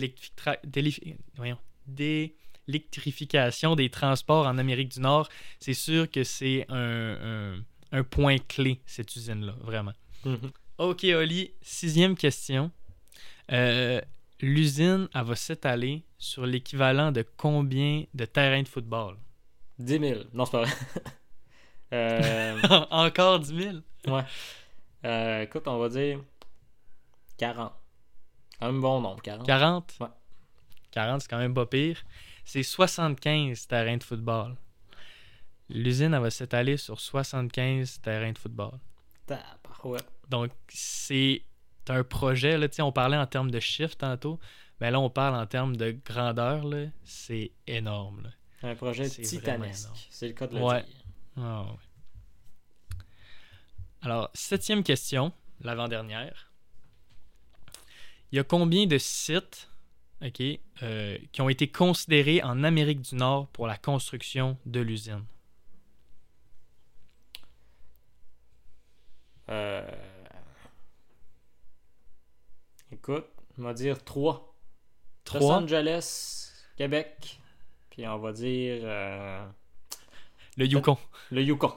d'électrification des transports en Amérique du Nord. C'est sûr que c'est un point clé, cette usine-là, vraiment. Mm-hmm. OK, Oli, 6e question. L'usine, elle va s'étaler sur l'équivalent de combien de terrains de football? 10 000. Non, c'est pas vrai. Encore 10 000? Ouais. Écoute, on va dire 40. Un bon nombre, 40. 40? Ouais. 40, c'est quand même pas pire. C'est 75 terrains de football. L'usine, elle va s'étaler sur 75 terrains de football. Ouais. Donc, c'est un projet, là, on parlait en termes de chiffres tantôt, mais là, on parle en termes de grandeur, là, c'est énorme. Là. Un projet titanesque, c'est le cas de le dire. Ah, ouais. Alors, 7e question, l'avant-dernière. Il y a combien de sites qui ont été considérés en Amérique du Nord pour la construction de l'usine? Écoute, on va dire 3. 3? Los Angeles, Québec, puis on va dire... le Yukon. Le Yukon.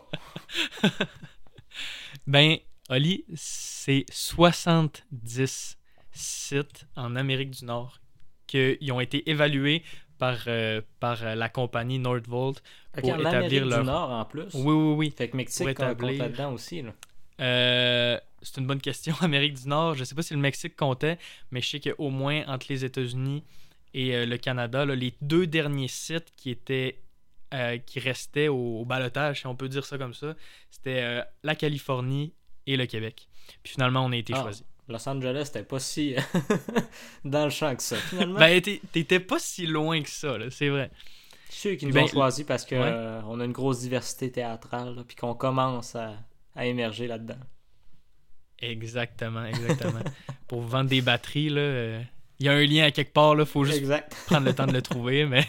Ben, Oli, c'est 70 sites en Amérique du Nord qui ont été évalués par la compagnie Nordvolt pour établir leur... du Nord en plus? Oui. Fait que Mexique compte là-dedans aussi, là. C'est une bonne question. Amérique du Nord, je sais pas si le Mexique comptait, mais je sais qu'au moins entre les États-Unis et le Canada, là, les 2 derniers sites qui restaient au ballottage, si on peut dire ça comme ça, c'était la Californie et le Québec. Puis finalement, on a été choisis. Los Angeles, c'était pas si dans le champ que ça, finalement. Ben, t'étais pas si loin que ça, là, c'est vrai. Ceux qui nous Ben, ont choisis parce que ouais. on a une grosse diversité théâtrale, là, puis qu'on commence à émerger là-dedans. Exactement. Pour vendre des batteries, là, il y a un lien à quelque part, là, faut juste Exact. prendre le temps de le trouver, mais...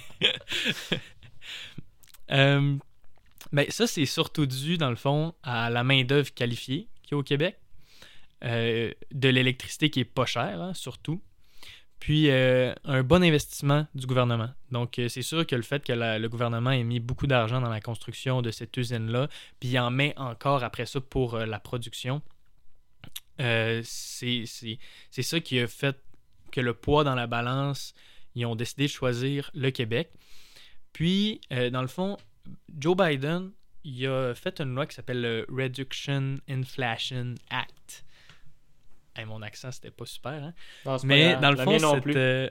Ben, ça, c'est surtout dû, dans le fond, à la main-d'œuvre qualifiée qu'il y a au Québec, de l'électricité qui est pas chère, hein, surtout, puis un bon investissement du gouvernement. Donc, c'est sûr que le fait que le gouvernement ait mis beaucoup d'argent dans la construction de cette usine-là, puis il en met encore après ça pour la production, c'est ça qui a fait que le poids dans la balance, ils ont décidé de choisir le Québec. Puis, dans le fond, Joe Biden, il a fait une loi qui s'appelle le Reduction Inflation Act. Hey, mon accent, c'était pas super, hein? Non, c'est Mais pas dans le la fond, mienne non plus.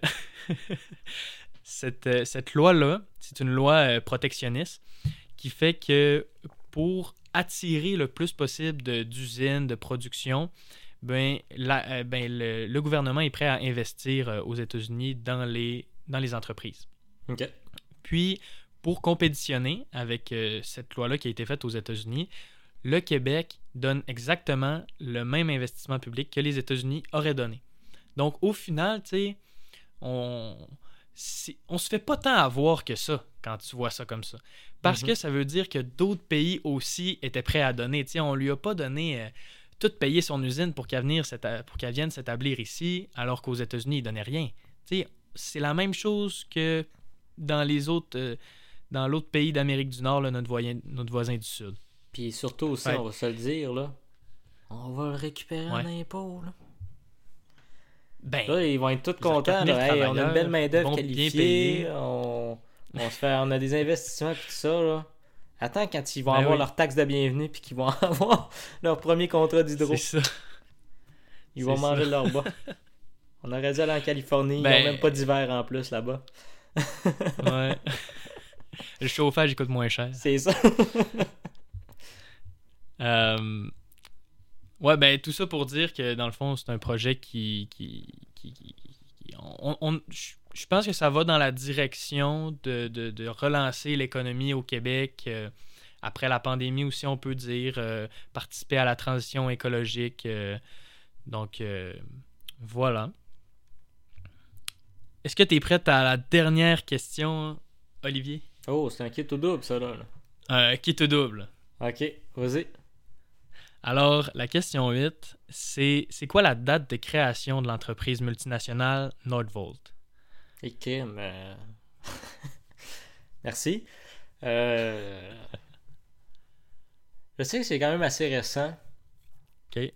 cette loi-là, c'est une loi protectionniste qui fait que pour attirer le plus possible d'usines, de production, le gouvernement est prêt à investir aux États-Unis dans les entreprises. OK. Puis, pour compétitionner avec cette loi-là qui a été faite aux États-Unis, le Québec donne exactement le même investissement public que les États-Unis auraient donné. Donc, au final, tu sais, on se fait pas tant avoir que ça quand tu vois ça comme ça. Parce que ça veut dire que d'autres pays aussi étaient prêts à donner. Tu sais, on lui a pas donné tout payer son usine pour qu'elle vienne s'établir ici, alors qu'aux États-Unis, ils donnaient rien. Tu sais, c'est la même chose que dans les autres, dans l'autre pays d'Amérique du Nord, là, notre voisin du Sud. Puis surtout aussi, Ouais. on va se le dire, là, on va le récupérer en Ouais. impôts, là. Ben, Là, ils vont être tous ils ont contents. 4000 Là. Hey, on a une belle main-d'œuvre travailleurs, bien qualifiée. payés. On a des investissements et tout ça. Là. Attends, quand ils vont Ben avoir oui. leur taxe de bienvenue puis qu'ils vont avoir leur premier contrat d'hydro, C'est ça. ils vont c'est manger ça. leur bas. On aurait dû aller en Californie. Ils Ben- n'ont même pas d'hiver en plus là-bas. Ouais. Le chauffage, il coûte moins cher. C'est ça. Ouais, ben tout ça pour dire que dans le fond, c'est un projet je pense que ça va dans la direction de relancer l'économie au Québec. Après la pandémie aussi, on peut dire, participer à la transition écologique. Donc, voilà. Est-ce que tu es prête à la dernière question, Olivier? Oh, c'est un kit au double, ça, là. Qui te double. Ok, vas-y. Alors, la question 8, c'est quoi la date de création de l'entreprise multinationale Nordvolt? Et crime. Merci. Je sais que c'est quand même assez récent. OK.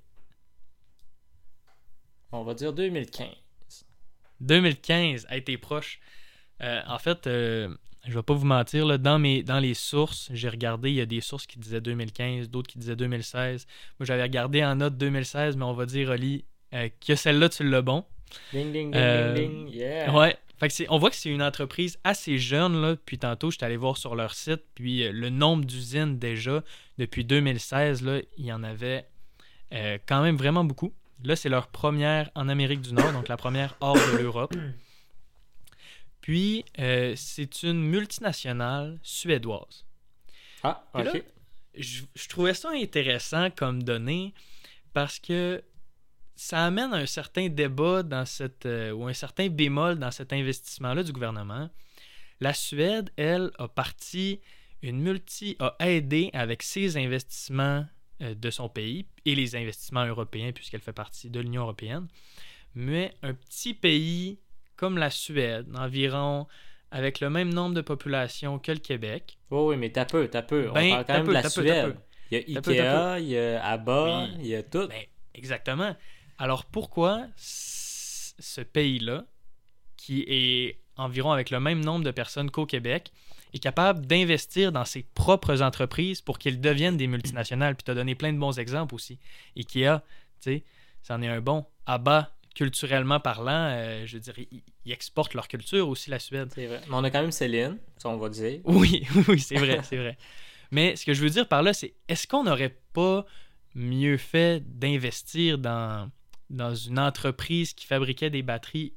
On va dire 2015. 2015, hey, t'es proche. En fait, je vais pas vous mentir, là, dans les sources, j'ai regardé, il y a des sources qui disaient 2015, d'autres qui disaient 2016. Moi, j'avais regardé en note 2016, mais on va dire, Oli, que celle-là, tu l'as bon. Ding, ding, ding, Euh, ding, ding. Yeah. Ouais. Fait que on voit que c'est une entreprise assez jeune, là. Puis tantôt, je suis allé voir sur leur site, puis le nombre d'usines déjà, depuis 2016, là, il y en avait quand même vraiment beaucoup. Là, c'est leur première en Amérique du Nord, donc la première hors de l'Europe. Puis, c'est une multinationale suédoise. Ah, Puis ok. là, je trouvais ça intéressant comme donnée parce que ça amène un certain débat ou un certain bémol dans cet investissement-là du gouvernement. La Suède, elle, a aidé avec ses investissements de son pays et les investissements européens puisqu'elle fait partie de l'Union européenne. Mais un petit pays comme la Suède, environ avec le même nombre de population que le Québec. Oui, mais t'as peu. On parle quand même de la Suède. Il y a Ikea, il y a ABBA, Oui. il y a tout. Ben, exactement. Alors pourquoi ce pays-là, qui est environ avec le même nombre de personnes qu'au Québec, est capable d'investir dans ses propres entreprises pour qu'elles deviennent des multinationales? Puis tu as donné plein de bons exemples aussi. Ikea, tu sais, c'en est un bon. ABBA, culturellement parlant, je veux dire, ils exportent leur culture aussi, la Suède. C'est vrai. Mais on a quand même Céline, ça on va dire. Oui, c'est vrai, c'est vrai. Mais ce que je veux dire par là, c'est est-ce qu'on n'aurait pas mieux fait d'investir dans dans une entreprise qui fabriquait des batteries,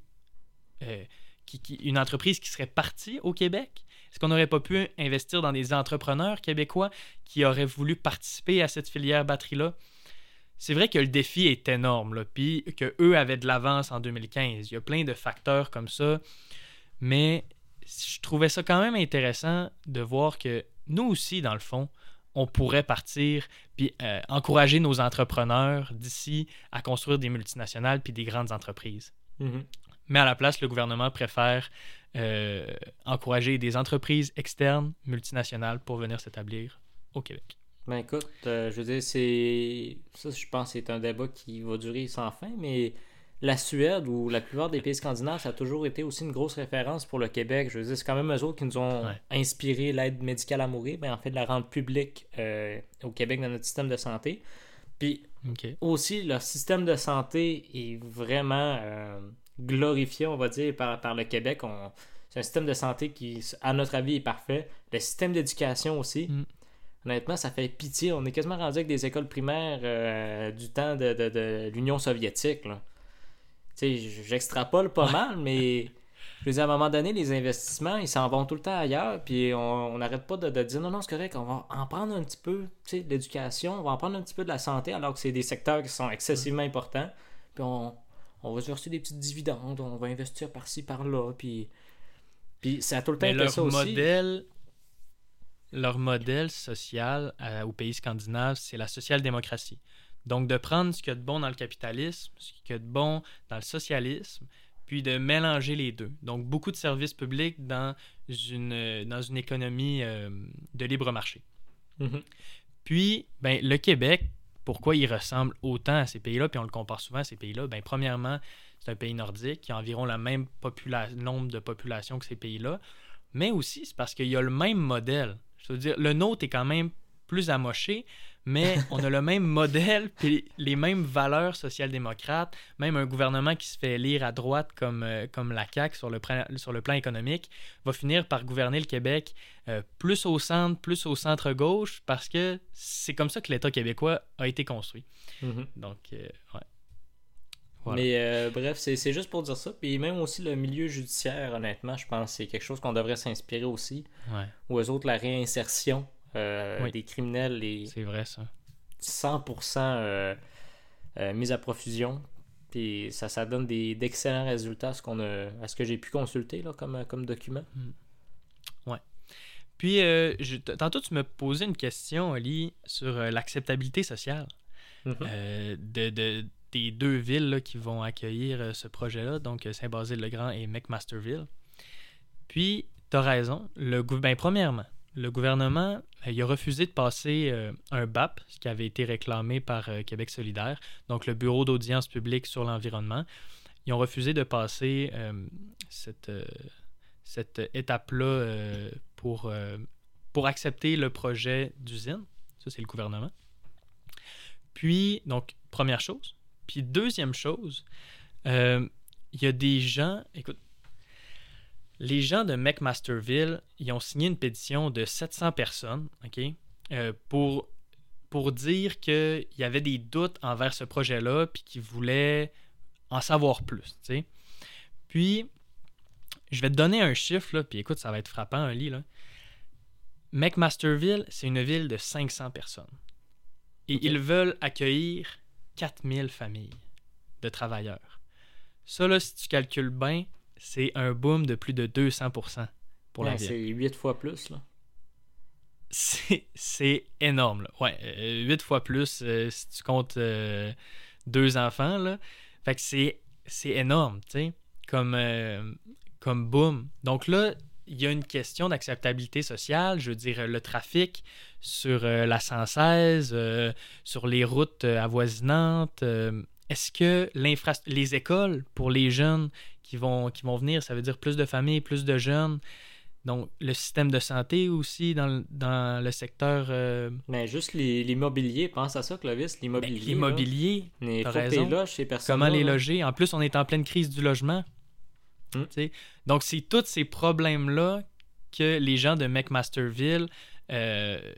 une entreprise qui serait partie au Québec? Est-ce qu'on n'aurait pas pu investir dans des entrepreneurs québécois qui auraient voulu participer à cette filière batterie-là? C'est vrai que le défi est énorme, là, puis qu'eux avaient de l'avance en 2015. Il y a plein de facteurs comme ça, mais je trouvais ça quand même intéressant de voir que nous aussi, dans le fond, on pourrait partir puis encourager nos entrepreneurs d'ici à construire des multinationales puis des grandes entreprises. Mhm. Mais à la place, le gouvernement préfère encourager des entreprises externes, multinationales, pour venir s'établir au Québec. Ben écoute, je veux dire, ça, je pense que c'est un débat qui va durer sans fin, mais la Suède ou la plupart des pays scandinaves, ça a toujours été aussi une grosse référence pour le Québec. Je veux dire, c'est quand même eux autres qui nous ont inspiré l'aide médicale à mourir, ben en fait, de la rendre publique au Québec dans notre système de santé. Puis aussi, leur système de santé est vraiment glorifié, on va dire, par le Québec. C'est un système de santé qui, à notre avis, est parfait. Le système d'éducation aussi. Honnêtement, ça fait pitié. On est quasiment rendu avec des écoles primaires du temps de l'Union soviétique, là. Tu sais, j'extrapole pas mal, mais je veux dire, à un moment donné, les investissements, ils s'en vont tout le temps ailleurs, puis on n'arrête pas de dire non, c'est correct, on va en prendre un petit peu, tu sais, de l'éducation, on va en prendre un petit peu de la santé, alors que c'est des secteurs qui sont excessivement importants, puis on va se verser des petites dividendes, on va investir par-ci, par-là, puis ça a tout le temps été ça aussi. Leur modèle social aux pays scandinaves, c'est la social-démocratie. Donc, de prendre ce qu'il y a de bon dans le capitalisme, ce qu'il y a de bon dans le socialisme, puis de mélanger les deux. Donc, beaucoup de services publics dans une économie de libre marché. Mm-hmm. Puis, le Québec, pourquoi il ressemble autant à ces pays-là, puis on le compare souvent à ces pays-là? Premièrement, c'est un pays nordique qui a environ le même nombre de population que ces pays-là, mais aussi c'est parce qu'il y a le même modèle. Je veux dire, le nôtre est quand même plus amoché, mais on a le même modèle puis les mêmes valeurs social-démocrates, même un gouvernement qui se fait élire à droite comme la CAQ sur le plan économique va finir par gouverner le Québec plus au centre-gauche parce que c'est comme ça que l'État québécois a été construit. Mm-hmm. Donc, ouais. Voilà. Mais bref, c'est juste pour dire ça. Puis même aussi le milieu judiciaire, honnêtement, je pense que c'est quelque chose qu'on devrait s'inspirer aussi. Ouais. Ou eux autres, la réinsertion des criminels c'est vrai, ça. 100% mise à profusion. Puis ça donne d'excellents résultats à ce que j'ai pu consulter là, comme document. Ouais. Puis, tantôt, tu me posais une question, Oli, sur l'acceptabilité sociale des deux villes là, qui vont accueillir ce projet-là, donc Saint-Basile-le-Grand et McMasterville. Puis, tu as raison. Premièrement, le gouvernement il a refusé de passer un BAP, ce qui avait été réclamé par Québec solidaire, donc le Bureau d'audience publique sur l'environnement. Ils ont refusé de passer cette étape-là pour accepter le projet d'usine. Ça, c'est le gouvernement. Puis, donc, première chose. Puis, deuxième chose, il y a des gens... Écoute, les gens de McMasterville, ils ont signé une pétition de 700 personnes, OK, pour dire qu'il y avait des doutes envers ce projet-là puis qu'ils voulaient en savoir plus, tu sais. Puis, je vais te donner un chiffre, là, puis écoute, ça va être frappant, Oli, là. McMasterville, c'est une ville de 500 personnes. Et ils veulent accueillir 4000 familles de travailleurs. Ça, là, si tu calcules bien, c'est un boom de plus de 200% pour la ville. C'est 8 fois plus, là. C'est énorme, là. Ouais, 8 fois plus si tu comptes 2 enfants, là. Fait que c'est énorme, tu sais, comme boom. Donc là, il y a une question d'acceptabilité sociale, je veux dire, le trafic sur la 116, sur les routes avoisinantes. Est-ce que les écoles pour les jeunes qui vont venir, ça veut dire plus de familles, plus de jeunes. Donc, le système de santé aussi dans le secteur... Mais juste l'immobilier, pense à ça, Clovis, l'immobilier. L'immobilier, t'as raison. Loges, ces comment les loger? En plus, on est en pleine crise du logement. Donc, c'est tous ces problèmes-là que les gens de McMasterville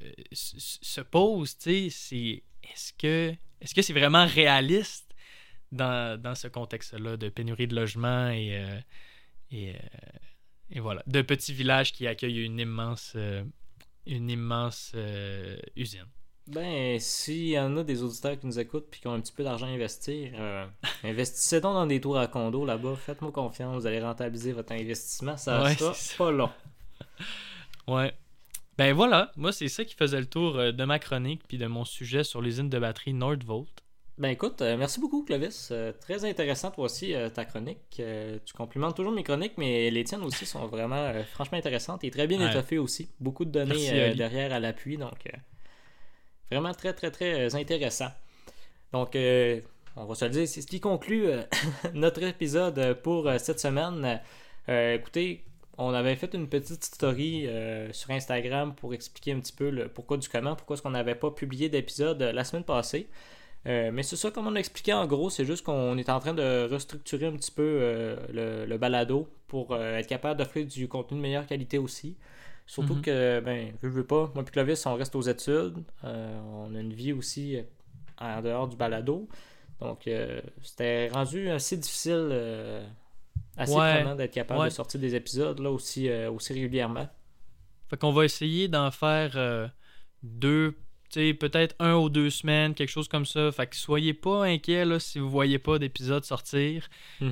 se posent. Est-ce que c'est vraiment réaliste dans ce contexte-là de pénurie de logement et voilà. De petits villages qui accueillent une immense usine. Ben, s'il y en a des auditeurs qui nous écoutent puis qui ont un petit peu d'argent à investir, investissez donc dans des tours à condo là-bas. Faites-moi confiance, vous allez rentabiliser votre investissement. Ça sera pas long. Ouais. Ben voilà, moi c'est ça qui faisait le tour de ma chronique puis de mon sujet sur l'usine de batterie Nordvolt. Ben écoute, merci beaucoup Clovis. Très intéressant toi aussi ta chronique. Tu complimentes toujours mes chroniques, mais les tiennes aussi sont vraiment franchement intéressantes et très bien étoffées aussi. Beaucoup de données derrière à l'appui, donc vraiment très très très intéressant. Donc on va se le dire, c'est ce qui conclut notre épisode pour cette semaine. Écoutez, on avait fait une petite story sur Instagram pour expliquer un petit peu le pourquoi du comment, pourquoi est-ce qu'on n'avait pas publié d'épisode la semaine passée. Mais c'est ça, comme on a expliqué en gros, c'est juste qu'on est en train de restructurer un petit peu le balado pour être capable d'offrir du contenu de meilleure qualité aussi. Surtout que, je veux pas, moi et Clovis, on reste aux études, on a une vie aussi en dehors du balado. Donc, c'était rendu assez difficile, assez prenant d'être capable de sortir des épisodes là aussi régulièrement. Fait qu'on va essayer d'en faire 2, peut-être 1 ou 2 semaines, quelque chose comme ça. Fait que soyez pas inquiets là, si vous voyez pas d'épisode sortir. Il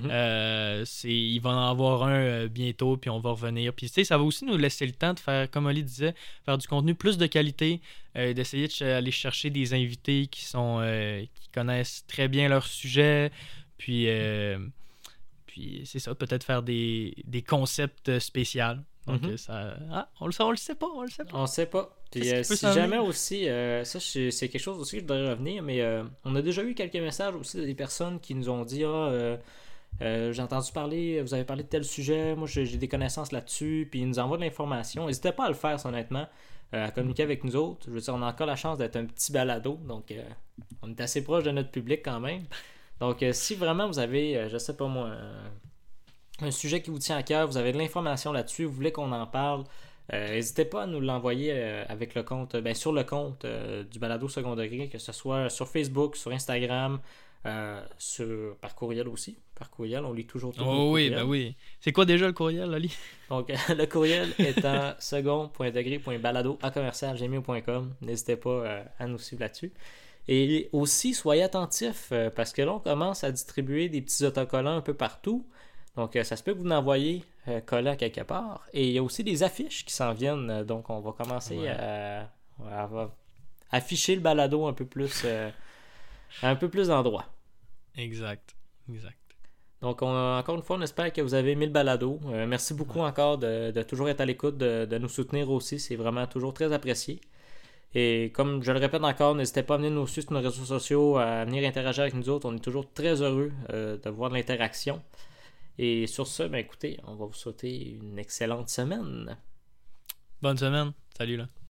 va en avoir un bientôt, puis on va revenir. Puis ça va aussi nous laisser le temps de faire, comme Oli disait, faire du contenu plus de qualité, d'essayer d'aller chercher des invités qui connaissent très bien leur sujet. Puis c'est ça, peut-être faire des concepts spéciaux. Donc on le sait pas. On sait pas. Puis si jamais aussi, ça c'est quelque chose aussi que je voudrais revenir, mais on a déjà eu quelques messages aussi des personnes qui nous ont dit j'ai entendu parler, vous avez parlé de tel sujet, moi j'ai des connaissances là-dessus, puis ils nous envoient de l'information. N'hésitez pas à le faire, honnêtement, à communiquer avec nous autres. Je veux dire, on a encore la chance d'être un petit balado, donc on est assez proche de notre public quand même. Donc si vraiment vous avez, je sais pas moi, un sujet qui vous tient à cœur, vous avez de l'information là-dessus, vous voulez qu'on en parle, n'hésitez pas à nous l'envoyer avec le compte, sur le compte du balado second degré, que ce soit sur Facebook, sur Instagram, par courriel aussi. Par courriel, on lit toujours tout. Oh oui, ben oui. C'est quoi déjà le courriel, Ali? Donc, le courriel étant second.degré.balado@gmail.com. N'hésitez pas à nous suivre là-dessus. Et aussi, soyez attentifs, parce que là, on commence à distribuer des petits autocollants un peu partout. Donc, ça se peut que vous en envoyez collés à quelque part. Et il y a aussi des affiches qui s'en viennent. Donc, on va commencer à afficher le balado un peu plus à un peu plus d'endroits. Exact. Donc, encore une fois, on espère que vous avez aimé le balado. Merci beaucoup encore de toujours être à l'écoute, de nous soutenir aussi. C'est vraiment toujours très apprécié. Et comme je le répète encore, n'hésitez pas à venir nous suivre sur nos réseaux sociaux, à venir interagir avec nous autres. On est toujours très heureux de voir de l'interaction. Et sur ce, écoutez, on va vous souhaiter une excellente semaine. Bonne semaine. Salut là.